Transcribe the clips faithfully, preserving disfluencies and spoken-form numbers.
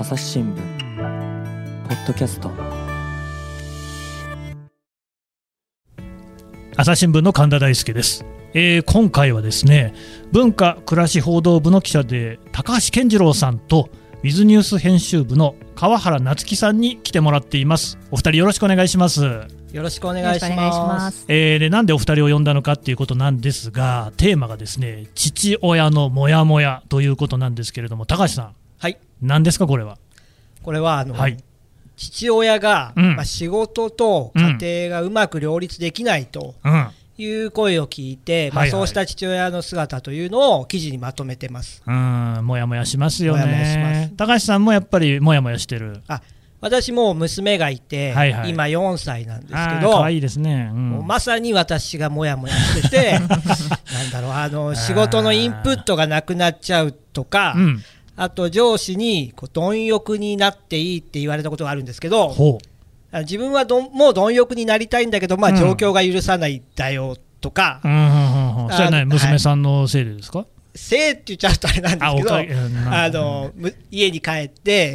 朝日新聞ポッドキャスト。 朝日新聞の神田大輔です。えー、今回はですね、文化暮らし報道部の記者で高橋健次郎さんとウィズニュース編集部の川原夏樹さんに来てもらっています。お二人よろしくお願いします。 よろしくお願いします。 えー、でなんでお二人を呼んだのかっていうことなんですが、テーマがですね、父親のモヤモヤということなんですけれども、高橋さん、 はい、 何ですかこれは。 これはあの、 はい、 父親が、 うんまあ、仕事と家庭がうまく両立できないという声を聞いて、うんまあ、そうした父親の姿というのを記事にまとめてます。 うん、もやもやしますよね。 もやもやします。 高橋さんもやっぱりもやもやしてる。 あ、私も娘がいて、はいはい、今よんさいなんですけど、 可愛いですね、うん、 もうまさに私がもやもやしててなんだろう、あの仕事のインプットがなくなっちゃうとか、うん、あと上司にこう貪欲になっていいって言われたことがあるんですけど、ほう、自分はどもう貪欲になりたいんだけど、まあ、状況が許さないんだよとか、うんうんうん、それはね、娘さんのせいでですか？はい、 せいって言っちゃうとあれなんですけど、ああの家に帰って、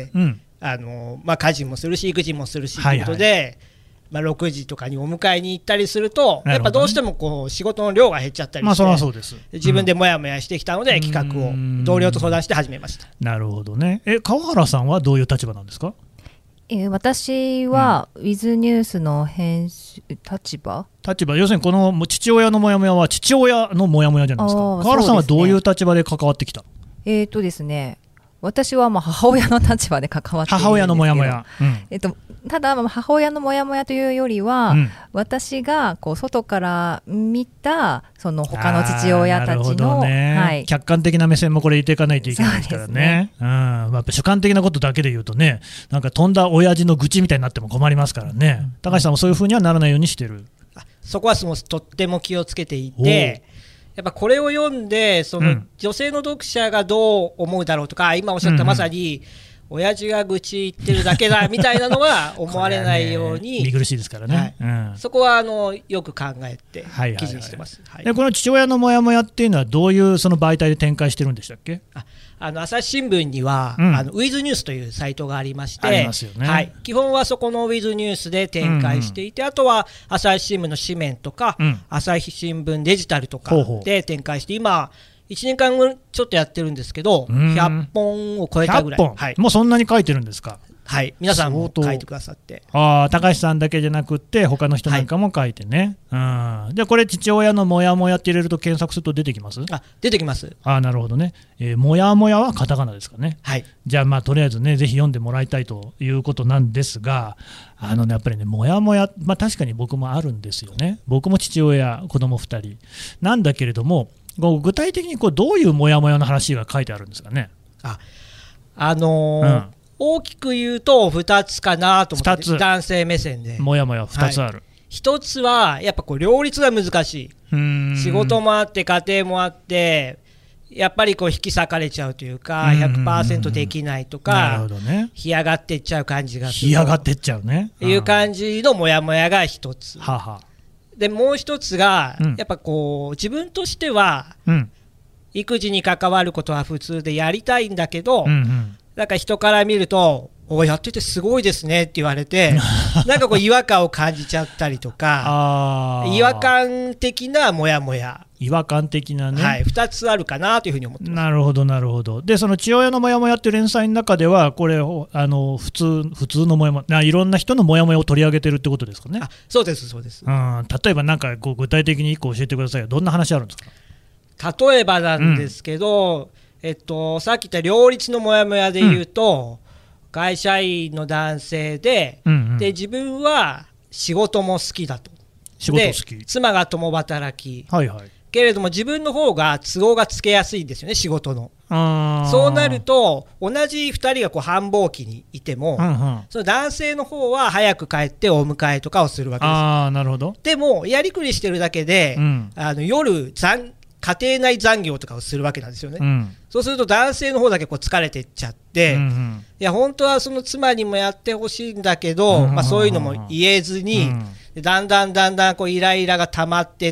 うんあのまあ、家事もするし育児もするしということで、はいはいまあ、ろくじとかにお迎えに行ったりすると、ね、やっぱどうしてもこう仕事の量が減っちゃったりして、まあ、それはそうです。自分でもやもやしてきたので、うん、企画を同僚と相談して始めました。 なるほどね。え川原さんはどういう立場なんですか？ えー、私はウィズニュースの編集立場立場要するにこの父親のモヤモヤは父親のモヤモヤじゃないですか。川原さんはどういう立場で関わってきた？ えーとですね私はまあ母親の立場で関わっているんですけど、 母親のモヤモヤ、うんえっと、ただ母親のモヤモヤというよりは、うん、私がこう外から見たその他の父親たちの、 ねはい、客観的な目線もこれ入れていかないといけないですからね。ね、うんまあ、やっぱ主観的なことだけで言うとね、なんか飛んだ親父の愚痴みたいになっても困りますからね、うん、高橋さんもそういう風にはならないようにしてる。 あそこはもうとっても気をつけていて、やっぱこれを読んでその女性の読者がどう思うだろうとか、うん、今おっしゃったまさに親父が愚痴言ってるだけだみたいなのは思われないように、 ね、見苦しいですからね、 はいうん、そこはあのよく考えて記事にしてます。 はいはいはいはい、でこの父親のモヤモヤっていうのはどういうその媒体で展開してるんでしたっけ？ ああの朝日新聞には、うん、あのウィズニュースというサイトがありまして、 ありますよね、 はい、基本はそこのウィズニュースで展開していて、うんうん、あとは朝日新聞の紙面とか、うん、朝日新聞デジタルとかで展開して、今いちねんかんちょっとやってるんですけど、ひゃっぽんを超えたぐらい。 ひゃっぽん、はい、もうそんなに書いてるんですか？ はい、皆さんも書いてくださって。 あ高橋さんだけじゃなくって他の人なんかも書いてね、はい、うんでこれ父親のモヤモヤって入れると検索すると出てきます？ あ出てきます。 あなるほどね、えー、モヤモヤはカタカナですかね。 はい、 じゃあまあとりあえずねぜひ読んでもらいたいということなんですが、あのねやっぱりねモヤモヤ、まあ、確かに僕もあるんですよね。僕も父親子供ふたりなんだけれども、具体的にこうどういうモヤモヤの話が書いてあるんですかね？ あ、あのーうん、大きく言うとふたつかなと思って、男性目線でモヤモヤふたつある。はい、 ひとつはやっぱこう両立が難しい。うーん仕事もあって家庭もあってやっぱりこう引き裂かれちゃうというか ひゃくパーセント できないとか、なるほどね、干上がっていっちゃう感じがする。 干上がっていっちゃうねいう感じのモヤモヤがひとつ。ははでもう一つが、うん、やっぱこう自分としては、うん、育児に関わることは普通でやりたいんだけど、うんうん、なんか人から見るとおやっててすごいですねって言われてなんかこう違和感を感じちゃったりとか違和感的なモヤモヤ違和感的なね、 はい、ふたつあるかなというふうに思ってます。 なるほどなるほど。でその父親のモヤモヤっていう連載の中ではこれあの普通普通のモヤモヤいろんな人のモヤモヤを取り上げてるってことですかね？ あそうですそうです、 うん、例えばなんかこう具体的にいっこ教えてくださいよ。どんな話あるんですか？ 例えばなんですけど、うんえっと、さっき言った両立のモヤモヤで言うと、うん、会社員の男性 で,、うんうん、で自分は仕事も好きだと。 仕事好きで妻が共働き、 はいはい、 けれども自分の方が都合がつけやすいんですよね仕事の。あそうなると同じふたりがこう繁忙期にいても、うんうん、その男性の方は早く帰ってお迎えとかをするわけです。 あなるほど。 でもやりくりしてるだけで、うん、あの夜残家庭内残業とかをするわけなんですよね、うん、そうすると男性の方だけこう疲れていっちゃって、うんうん、いや本当はその妻にもやってほしいんだけど、うんうんまあ、そういうのも言えずに、うん、 だんだんだんだんこうイライラが溜まってって、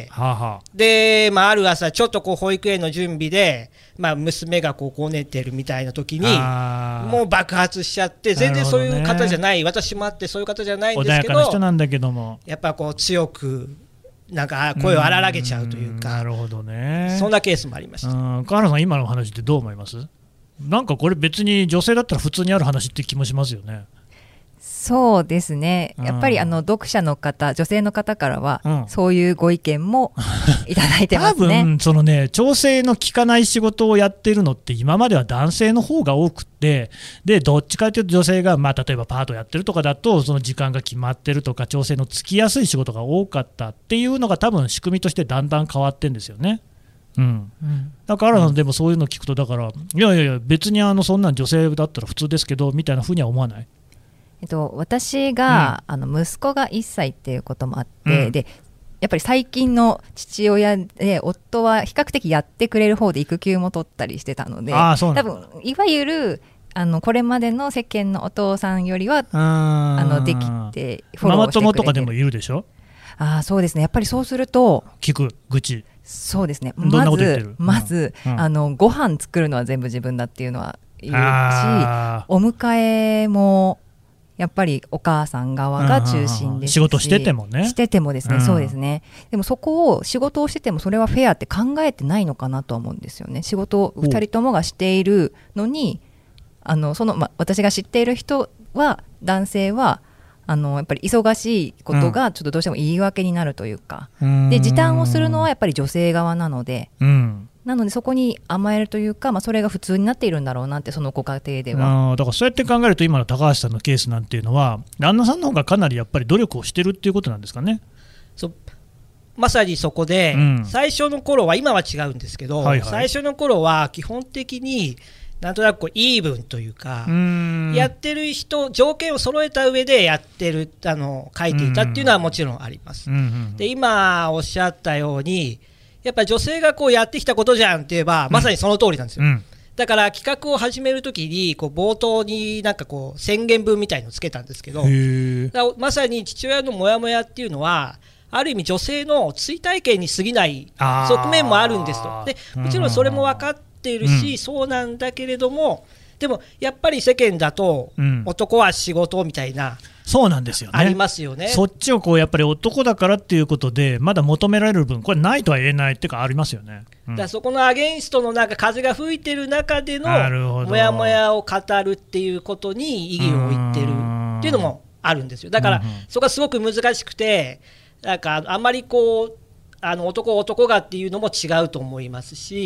はあはあ、で、まあ、ある朝ちょっとこう保育園の準備で、まあ、娘がこうこねてるみたいな時にもう爆発しちゃって、全然そういう方じゃない、ね、私もあってそういう方じゃないんですけど、 穏やかな人なんだけどもやっぱこう強くなんか声を荒らげちゃうというか、 なるほどね、 そんなケースもありました。 川原さん、今の話ってどう思います？なんかこれ別に女性だったら普通にある話って気もしますよね。 そうですね、やっぱりあの読者の方、女性の方からはそういうご意見もいただいてますね。 多分そのね、調整の効かない仕事をやってるのって今までは男性の方が多くて、でどっちかというと女性が、まあ、例えばパートやってるとかだとその時間が決まってるとか調整のつきやすい仕事が多かったっていうのが多分仕組みとしてだんだん変わってるんですよね。うんうん、だからでもそういうの聞くと、だからいやいやいや別にあのそんなん女性だったら普通ですけどみたいなふうには思わない？ えっと、私が、うん、あの息子がいっさいっていうこともあって、うん、でやっぱり最近の父親で夫は比較的やってくれる方で育休も取ったりしてたので、 あ、そうなんだ。 多分いわゆるあのこれまでの世間のお父さんよりはあのできてフォローしてくれてる。ママ友とかでもいるでしょ？ あ、そうですね、やっぱりそうすると聞く愚痴、 そうですね、 どんなこと言ってる？ まず、まず、うん、あのご飯作るのは全部自分だっていうのは言うし、お迎えもやっぱりお母さん側が中心ですし、 仕事しててもねしててもですね、うん、そうですね。でもそこを仕事をしててもそれはフェアって考えてないのかなとは思うんですよね。仕事をふたりともがしているのに、あのその、ま、私が知っている人は、男性はあのやっぱり忙しいことがちょっとどうしても言い訳になるというか、うん、で時短をするのはやっぱり女性側なので、うん、なのでそこに甘えるというか、まあ、それが普通になっているんだろうなって、そのご家庭では。 あ、だからそうやって考えると今の高橋さんのケースなんていうのは旦那さんの方がかなりやっぱり努力をしてるっていうことなんですかね。 そまさにそこで、うん、最初の頃は、今は違うんですけど、はいはい、最初の頃は基本的になんとなくこうイーブンというか、うやってる人条件を揃えた上でやってるあの書いていたっていうのはもちろんあります。で今おっしゃったようにやっぱり女性がこうやってきたことじゃんって言えばまさにその通りなんですよ、うん、だから企画を始めるときにこう冒頭になんかこう宣言文みたいのをつけたんですけど、だまさに父親のモヤモヤっていうのはある意味女性の追体験に過ぎない側面もあるんですと。でもちろんそれも分かっているし、うん、そうなんだけれども、でもやっぱり世間だと、うん、男は仕事みたいな、 そうなんですよね、 ありますよね。 そっちをこうやっぱり男だからっていうことでまだ求められる分これないとは言えないっていうかありますよね、 うん、だからそこのアゲインストのなんか風が吹いてる中でのモヤモヤを語るっていうことに意義を置いてるっていうのもあるんですよ。だから、うんうん、そこはすごく難しくて、なんかあんまりこうあの男男がっていうのも違うと思いますし、うん、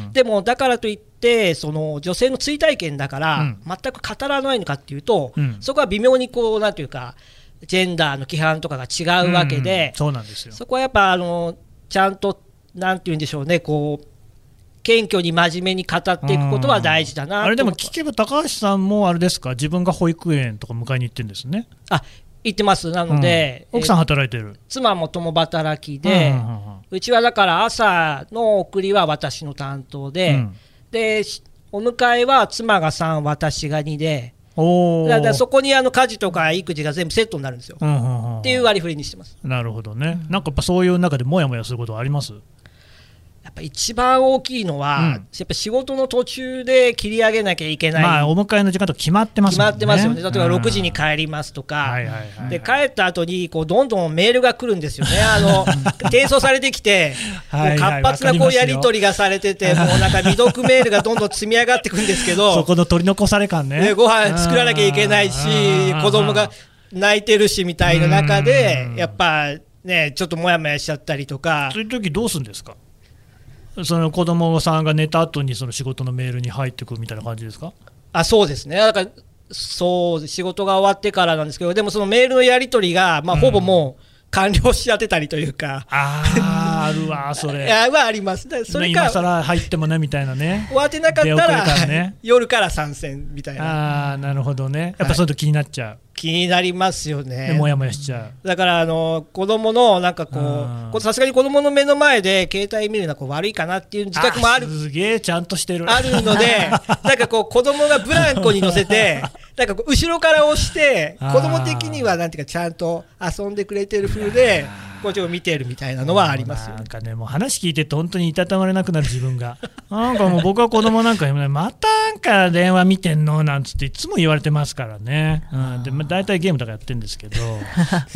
でもだからといってその女性の追体験だから、うん、全く語らないのかっていうと、うん、そこは微妙にこうなんていうかジェンダーの規範とかが違うわけで、うん、 そうなんですよ。 そこはやっぱあのちゃんとなんていうんでしょうね、こう謙虚に真面目に語っていくことは大事だなと。 あれでも聞けば高橋さんもあれですか、自分が保育園とか迎えに行ってるんですね。 あ、行ってます。なので、 うん、奥さん働いてる、 妻も共働きで、うんうんうんうん、うちはだから朝の送りは私の担当で、うん、でお迎えは妻がさん私がにで、おだからそこにあの家事とか育児が全部セットになるんですよ、うんうんうん、っていう割り振りにしてます。 なるほどね、うん、なんかやっぱそういう中でモヤモヤすることはあります？ やっぱ一番大きいのは、うん、やっぱ仕事の途中で切り上げなきゃいけない、 まあ、お迎えの時間と決まってますもんね。 決まってますよね。例えばろくじに帰りますとか、はいはいはいはい、で帰った後にこうどんどんメールが来るんですよね。あの転送されてきてはい、はい、活発なこうやり取りがされてて、もうなんか未読メールがどんどん積み上がってくるんですけどそこの取り残され感ね。 でご飯作らなきゃいけないし、子供が泣いてるしみたいな中でやっぱねちょっとモヤモヤしちゃったりとか。 そういう時どうするんですか？その子供さんが寝た後にその仕事のメールに入ってくるみたいな感じですか？ あ、そうですね。だからそう仕事が終わってからなんですけど、でもそのメールのやり取りが、まあ、ほぼもう完了しちゃってたりというか、うん、 ああるわそれ。 いやはあります。だそれか今更入ってもねみたいなね。 終わってなかったら、ね、夜から参戦みたいな。 ああなるほどね。やっぱそういうと気になっちゃう、はい、 気になりますよね。 でもやもやしちゃう。 だからあの子供のなんかこうさすがに子供の目の前で携帯見るのはこう悪いかなっていう自覚もある。 すげえちゃんとしてる。 あるのでなんかこう子供がブランコに乗せてなんか後ろから押して子供的にはなんていうかちゃんと遊んでくれてる風でこっちを見てるみたいなのはありますよね。 なんかねもう話聞いてて本当にいたたまれなくなる自分がなんかもう僕は子供なんかにもねまたなんか電話見てんのなんつっていつも言われてますからね、うん、でまあ、大体ゲームとかやってるんですけど、うん、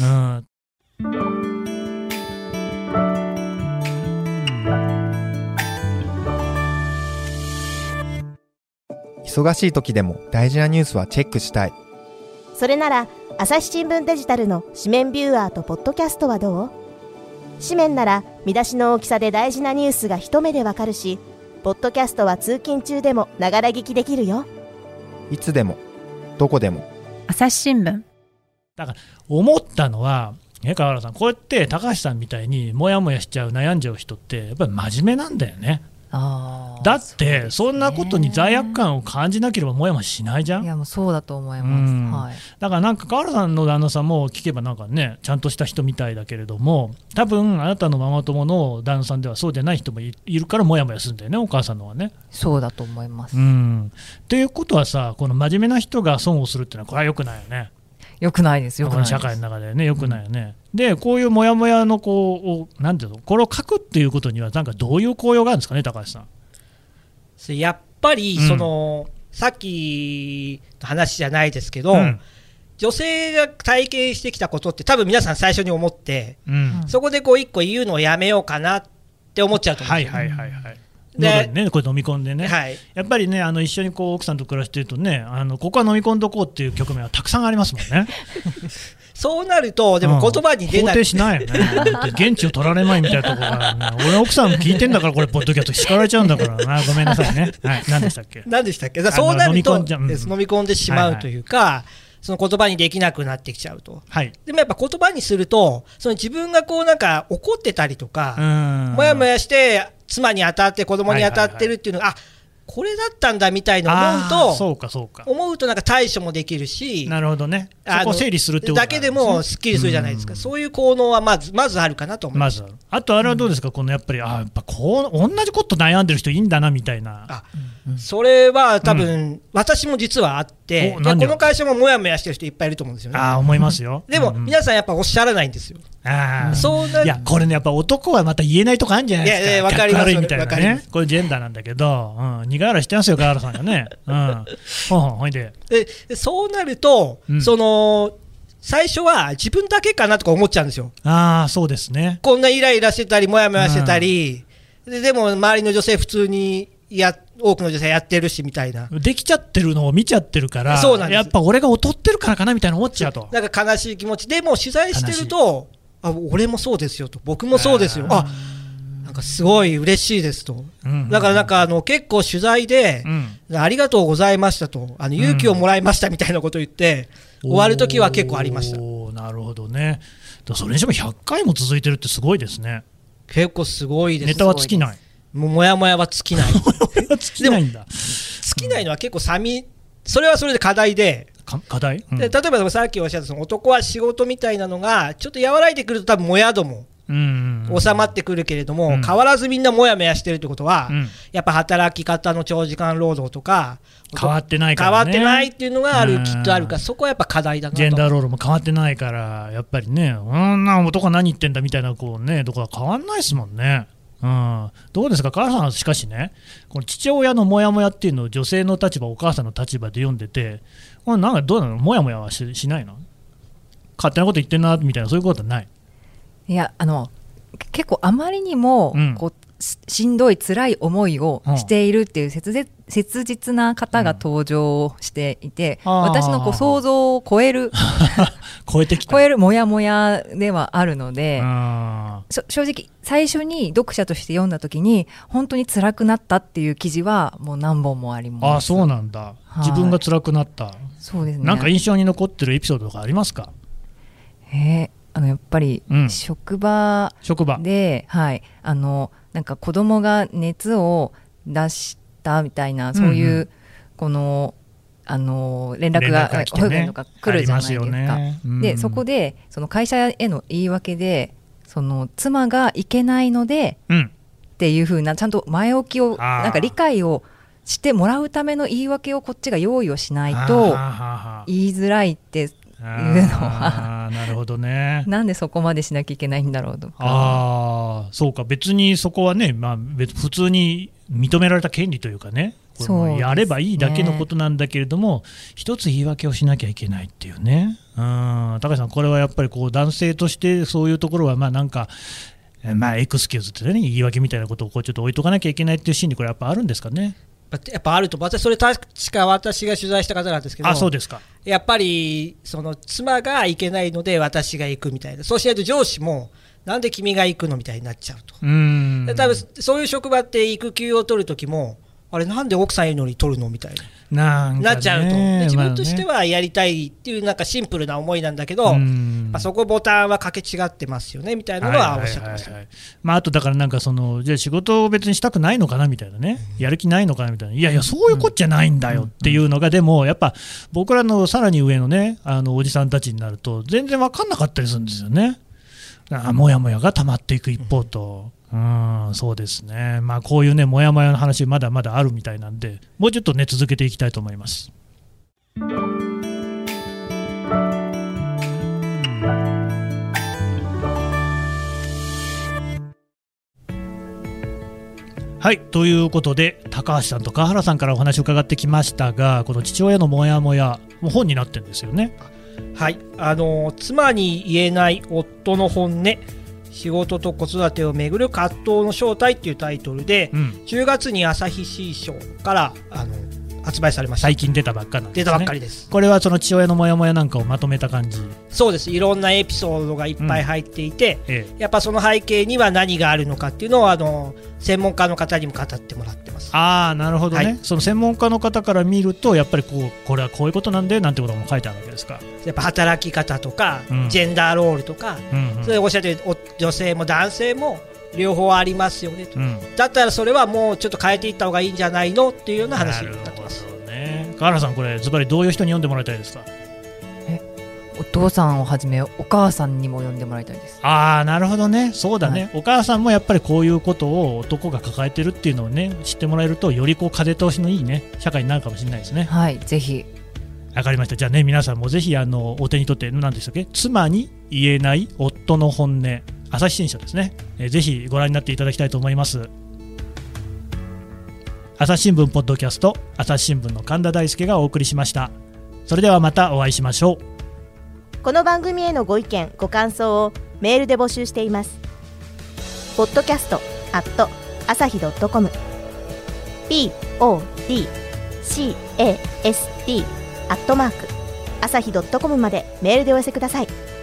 忙しい時でも大事なニュースはチェックしたい。 それなら朝日新聞デジタルの紙面ビューアーとポッドキャストはどう？紙面なら見出しの大きさで大事なニュースが一目でわかるし、ポッドキャストは通勤中でもながら聞きできるよ。 いつでもどこでも朝日新聞。 だから思ったのはね、川原さんこうやって高橋さんみたいにモヤモヤしちゃう悩んじゃう人ってやっぱり真面目なんだよね。 あだってそんなことに罪悪感を感じなければもやもやしないじゃん。 いやもうそうだと思います、 うんはい、だからなんか川原さんの旦那さんも聞けばなんかねちゃんとした人みたいだけれども多分あなたのママ友の旦那さんではそうじゃない人も い, いるからもやもやするんだよねお母さんのはね。 そうだと思います。 うんっていうことはさこの真面目な人が損をするっていうのはこれは良くないよね。 良くないですよ。 この社会の中でね良くないよね、うん、でこういうモヤモヤのこうなんていうのこれを書くっていうことにはなんかどういう効用があるんですかね高橋さん。 やっぱりその、うん、さっきの話じゃないですけど、うん、女性が体験してきたことって多分皆さん最初に思って、うん、そこでこう一個言うのをやめようかなって思っちゃうと思うんですよ。はいはいはいはい。でね、これ飲み込んでね、はい、やっぱりねあの一緒にこう奥さんと暮らしてるとねあのここは飲み込んどこうっていう局面はたくさんありますもんねそうなるとでも言葉に出ない、 うん、肯定しないよね現地を取られまいみたいなところが、ね、俺奥さんも聞いてんだからこれポッドキャスト叱られちゃうんだからなごめんなさいね、はい、何でしたっけ何でしたっけそうなると飲み込ん、うん、飲み込んでしまうというか、はいはい、その言葉にできなくなってきちゃうと、はい、でもやっぱ言葉にするとその自分がこうなんか怒ってたりとかもやもやして妻に当たって子供に当たってるっていうのが、はいはいはい、あこれだったんだみたいな思うとそうかそうか思うとなんか対処もできるしなるほどねそこを整理するってことだけでもすっきりするじゃないですか、うん、そういう効能はまずまずあるかなと思います。 まずあとあれはどうですか、うん、このやっぱりあやっぱこう同じこと悩んでる人いいんだなみたいな。 あ、うん、それは多分、うん、私も実はあってこの会社ももやもやしてる人いっぱいいると思うんですよね。 あ思いますよでも、うん、皆さんやっぱおっしゃらないんですよ。 あそうないやこれねやっぱ男はまた言えないとこあるんじゃないですか。いやいや分かりますみたいなねこれジェンダーなんだけど、うん、苦笑いしてますよ川原さんがね、うん、ほんほんほいででそうなると、うん、その最初は自分だけかなとか思っちゃうんですよ。 ああそうですね。 こんなイライラしてたりもやもやしてたり、うん、で, でも周りの女性普通にや多くの女性やってるしみたいなできちゃってるのを見ちゃってるからそうなんですやっぱ俺が劣ってるからかなみたいな思っちゃうとなんか悲しい気持ちでも取材してるとあ俺もそうですよと僕もそうですよあなんかすごい嬉しいですと、うんうんうん、だからなんかあの結構取材で、うん、ありがとうございましたとあの勇気をもらいましたみたいなことを言って、うん、終わるときは結構ありました。 おなるほどね。それにしてもひゃっかいも続いてるってすごいですね。 結構すごいです。 ネタは尽きない。 もうもやもやは尽きない尽きないんだ。 尽きないのは結構寂それはそれで課題で課題、うん、 で例えばさっきおっしゃったその男は仕事みたいなのがちょっと和らいでくると多分もや度も収まってくるけれども、うん、変わらずみんなもやもやしてるってことは、うん、やっぱ働き方の長時間労働とか変わってないからね。 変わってないっていうのがあるきっとあるからそこはやっぱ課題だなと。 ジェンダーロールも変わってないからやっぱりねうんな男は何言ってんだみたいなこうねところは変わんないですもんね。うん、どうですか川原さん。しかしねこの父親のモヤモヤっていうのを女性の立場お母さんの立場で読んでてこれなんかどうなのモヤモヤは し, しないの勝手なこと言ってんなみたいなそういうことはない。 いやあの結構あまりにもこう、うん、しんどい辛い思いをしているっていう切実、切実な方が登場していて、うん、私のこう想像を超える超えてきた超えるモヤモヤではあるので正直最初に読者として読んだ時に本当に辛くなったっていう記事はもう何本もあります。 ああそうなんだ、はい、自分が辛くなった。 そうですね。 なんか印象に残ってるエピソードとかありますか。 えーあのやっぱり職場で、うん、職場はい、あのなんか子供が熱を出したみたいなそういう、うんうん、このあの連絡が保育園とか来るじゃないですか。ねうん、でそこでその会社への言い訳でその妻が行けないので、うん、っていう風なちゃんと前置きをなんか理解をしてもらうための言い訳をこっちが用意をしないと言いづらいっていうのは、 なるほどね。 なんでそこまでしなきゃいけないんだろうとか。 あ、そうか、別にそこはね、まあ、別普通に認められた権利というかね、これやればいいだけのことなんだけれども、一つ言い訳をしなきゃいけないっていうね。うん、高橋さん、これはやっぱりこう男性としてそういうところはまあなんか、まあ、エクスキューズってね、言い訳みたいなことをこうちょっと置いとかなきゃいけないっていう心理、これやっぱあるんですかね。 やっぱあると、私それ確か私が取材した方なんですけど、 あ、そうですか。 やっぱりその妻が行けないので私が行くみたいな、そうしないと上司もなんで君が行くのみたいになっちゃうと。うーん、で多分そういう職場って育休を取るときも、あれなんで奥さんいるのに取るのみたいな、 なんかね、 なっちゃうと。で自分としてはやりたいっていうなんかシンプルな思いなんだけど、まあ、そこボタンはかけ違ってますよねみたいなのはおっしゃってました。 まあ、あとだからなんかそのじゃあ仕事を別にしたくないのかなみたいなね、やる気ないのかなみたいな、いやいやそういうこっちゃないんだよっていうのが、でもやっぱ僕らのさらに上のね、あのおじさんたちになると全然分かんなかったりするんですよね。あ、もやもやが溜まっていく一方と、うん、そうですね、まあ、こういうねもやもやの話まだまだあるみたいなんで、もうちょっとね続けていきたいと思います。はい、ということで高橋さんと川原さんからお話を伺ってきましたが、この父親のモヤモヤも本になってるんですよね。 はい、あの妻に言えない夫の本音、仕事と子育てをめぐる葛藤の正体っていうタイトルで、うん、じゅうがつに朝日新書からあの発売されました。 最近出たばっかなんですね。 出たばっかりです。 これはその父親のモヤモヤなんかをまとめた感じ。 そうです。いろんなエピソードがいっぱい入っていて、うん、ええ、やっぱその背景には何があるのかっていうのをあの専門家の方にも語ってもらってます。 ああ、なるほどね、はい、その専門家の方から見るとやっぱりこうこれはこういうことなんだよなんてことも書いてあるわけですか。 やっぱ働き方とか、うん、ジェンダーロールとか、うんうん、それおっしゃってる女性も男性も両方ありますよねと、うん、だったらそれはもうちょっと変えていった方がいいんじゃないのっていうような話になってます。 川原さん、これズバリどういう人に読んでもらいたいですか。 え、お父さんをはじめお母さんにも読んでもらいたいです。 ああ、なるほどね。そうだね、はい、お母さんもやっぱりこういうことを男が抱えてるっていうのをね知ってもらえると、よりこう風通しのいいね社会になるかもしれないですね。 はい、ぜひ。 わかりました。じゃあね、皆さんもぜひあのお手に取って、何でしたっけ、妻に言えない夫の本音、朝日新書ですね、えー、ぜひご覧になっていただきたいと思います。朝日新聞ポッドキャスト、朝日新聞の神田大輔がお送りしました。それではまたお会いしましょう。 この番組へのご意見ご感想をメールで募集しています。ポッドキャストアット朝日ドットコム ポッドキャストアットマーク朝日ドットコムまでメールでお寄せください。